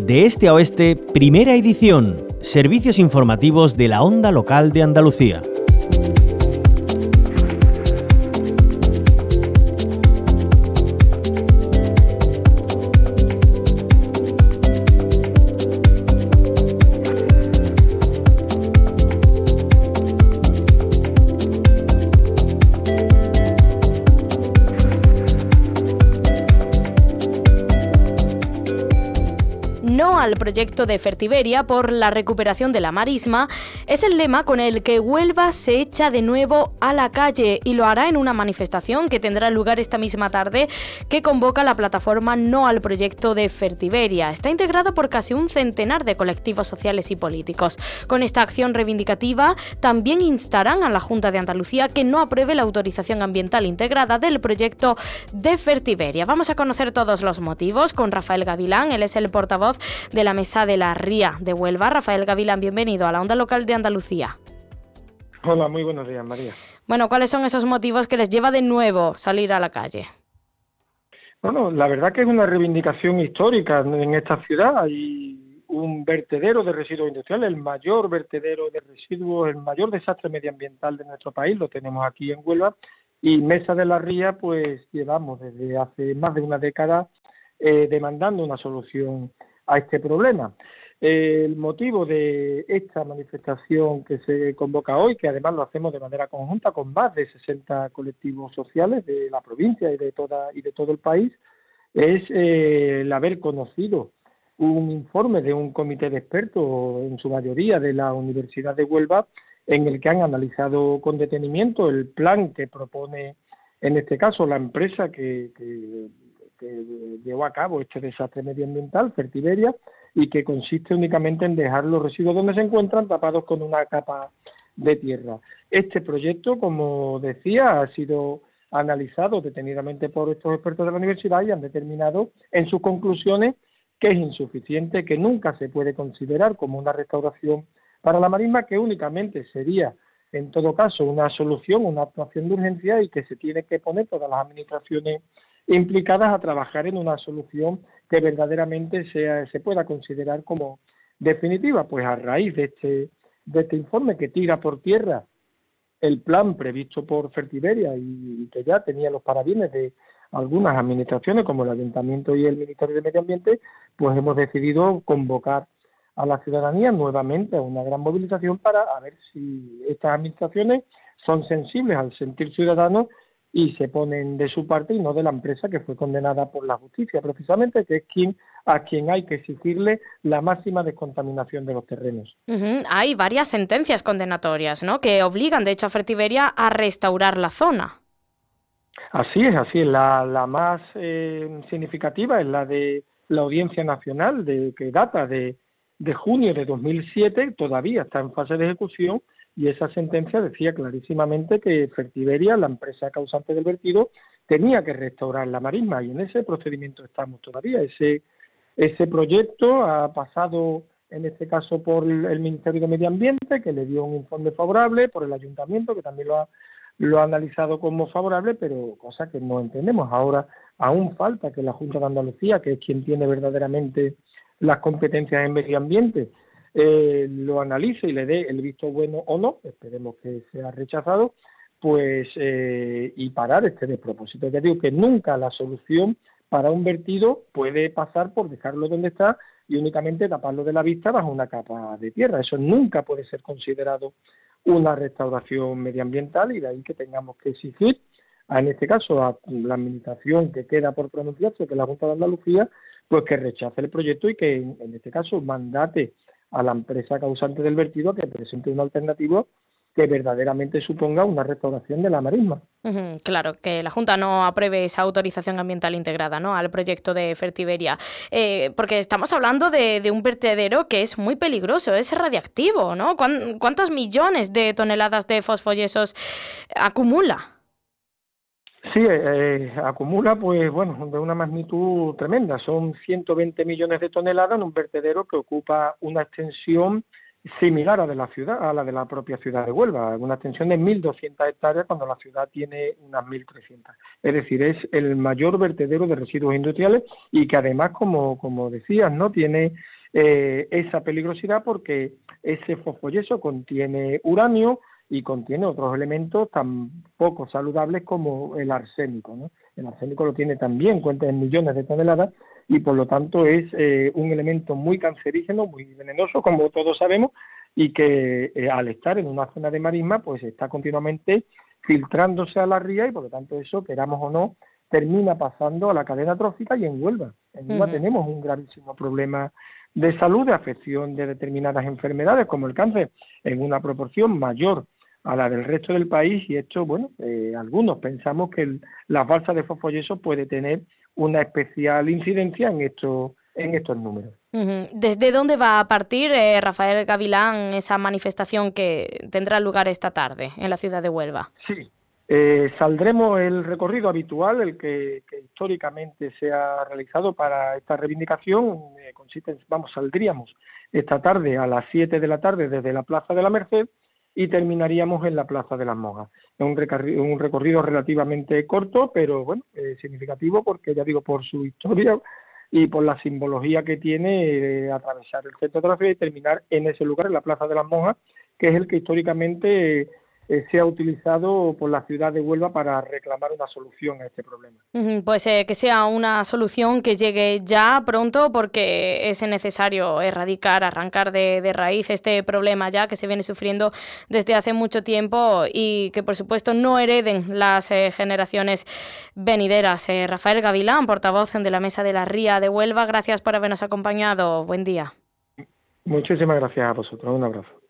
De este a oeste, primera edición. Servicios informativos de la Onda Local de Andalucía. No al proyecto de Fertiberia por la recuperación de la marisma es el lema con el que Huelva se echa de nuevo a la calle y lo hará en una manifestación que tendrá lugar esta misma tarde que convoca la plataforma No al proyecto de Fertiberia. Está integrada por casi un centenar de colectivos sociales y políticos. Con esta acción reivindicativa también instarán a la Junta de Andalucía que no apruebe la autorización ambiental integrada del proyecto de Fertiberia. Vamos a conocer todos los motivos con Rafael Gavilán. Él es el portavoz de la Mesa de la Ría de Huelva. Rafael Gavilán, bienvenido a la Onda Local de Andalucía. Hola, muy buenos días, María. Bueno, ¿cuáles son esos motivos que les lleva de nuevo salir a la calle? Bueno, la verdad que es una reivindicación histórica en esta ciudad. Hay un vertedero de residuos industriales, el mayor vertedero de residuos, el mayor desastre medioambiental de nuestro país, lo tenemos aquí en Huelva, y Mesa de la Ría, pues llevamos desde hace más de una década demandando una solución a este problema. El motivo de esta manifestación que se convoca hoy, que además lo hacemos de manera conjunta con más de 60 colectivos sociales de la provincia y de todo el país, es el haber conocido un informe de un comité de expertos, en su mayoría de la Universidad de Huelva, en el que han analizado con detenimiento el plan que propone, en este caso, la empresa que llevó a cabo este desastre medioambiental, Fertiberia, y que consiste únicamente en dejar los residuos donde se encuentran tapados con una capa de tierra. Este proyecto, como decía, ha sido analizado detenidamente por estos expertos de la universidad y han determinado en sus conclusiones que es insuficiente, que nunca se puede considerar como una restauración para la marisma, que únicamente sería, en todo caso, una solución, una actuación de urgencia y que se tiene que poner todas las administraciones implicadas a trabajar en una solución que verdaderamente se pueda considerar como definitiva. Pues a raíz de este informe que tira por tierra el plan previsto por Fertiberia y que ya tenía los parabienes de algunas administraciones como el Ayuntamiento y el Ministerio de Medio Ambiente, pues hemos decidido convocar a la ciudadanía nuevamente a una gran movilización para ver si estas administraciones son sensibles al sentir ciudadano y se ponen de su parte y no de la empresa que fue condenada por la justicia, precisamente, que es a quien hay que exigirle la máxima descontaminación de los terrenos. Hay varias sentencias condenatorias, ¿no?, que obligan, de hecho, a Fertiberia a restaurar la zona. Así es. La más significativa es la de la Audiencia Nacional, que data de junio de 2007, todavía está en fase de ejecución, y esa sentencia decía clarísimamente que Fertiberia, la empresa causante del vertido, tenía que restaurar la marisma, y en ese procedimiento estamos todavía. Ese proyecto ha pasado, en este caso, por el Ministerio de Medio Ambiente, que le dio un informe favorable, por el Ayuntamiento, que también lo ha analizado como favorable, pero cosa que no entendemos. Ahora aún falta que la Junta de Andalucía, que es quien tiene verdaderamente las competencias en medio ambiente, lo analice y le dé el visto bueno o no, esperemos que sea rechazado, pues y parar este despropósito. Ya digo que nunca la solución para un vertido puede pasar por dejarlo donde está y únicamente taparlo de la vista bajo una capa de tierra. Eso nunca puede ser considerado una restauración medioambiental, y de ahí que tengamos que exigir, en este caso, a la administración que queda por pronunciarse, que es la Junta de Andalucía, pues que rechace el proyecto y que, en este caso, mandate a la empresa causante del vertido a que presente una alternativa que verdaderamente suponga una restauración de la marisma. Claro, que la Junta no apruebe esa autorización ambiental integrada, ¿no?, al proyecto de Fertiberia, porque estamos hablando de un vertedero que es muy peligroso, es radiactivo, ¿no? ¿Cuántos millones de toneladas de fosfoyesos acumula? Sí, acumula, pues bueno, de una magnitud tremenda. Son 120 millones de toneladas en un vertedero que ocupa una extensión similar a la de la propia ciudad de Huelva, una extensión de 1.200 hectáreas cuando la ciudad tiene unas 1.300. Es decir, es el mayor vertedero de residuos industriales y que además, como decías, ¿no?, tiene esa peligrosidad porque ese fosfoyeso contiene uranio y contiene otros elementos tan poco saludables como el arsénico, ¿no? El arsénico lo tiene también, cuenta en millones de toneladas, y por lo tanto es un elemento muy cancerígeno, muy venenoso, como todos sabemos, y que al estar en una zona de marisma, pues está continuamente filtrándose a la ría y por lo tanto eso, queramos o no, termina pasando a la cadena trófica y en Huelva. En Huelva tenemos un gravísimo problema de salud, de afección de determinadas enfermedades como el cáncer, en una proporción mayor a la del resto del país, y esto, bueno, algunos pensamos que la balsa de fosfoyeso puede tener una especial incidencia en estos números. ¿Desde dónde va a partir, Rafael Gavilán, esa manifestación que tendrá lugar esta tarde en la ciudad de Huelva? Sí, saldremos el recorrido habitual, el que históricamente se ha realizado para esta reivindicación, saldríamos esta tarde a las 7 de la tarde desde la Plaza de la Merced y terminaríamos en la Plaza de las Monjas. Es un recorrido relativamente corto, pero bueno, significativo porque, ya digo, por su historia y por la simbología que tiene atravesar el centro de la ciudad y terminar en ese lugar, en la Plaza de las Monjas, que es el que históricamente se ha utilizado por la ciudad de Huelva para reclamar una solución a este problema. Pues que sea una solución que llegue ya pronto, porque es necesario arrancar de raíz este problema ya que se viene sufriendo desde hace mucho tiempo y que por supuesto no hereden las generaciones venideras. Rafael Gavilán, portavoz de la Mesa de la Ría de Huelva, gracias por habernos acompañado. Buen día. Muchísimas gracias a vosotros. Un abrazo.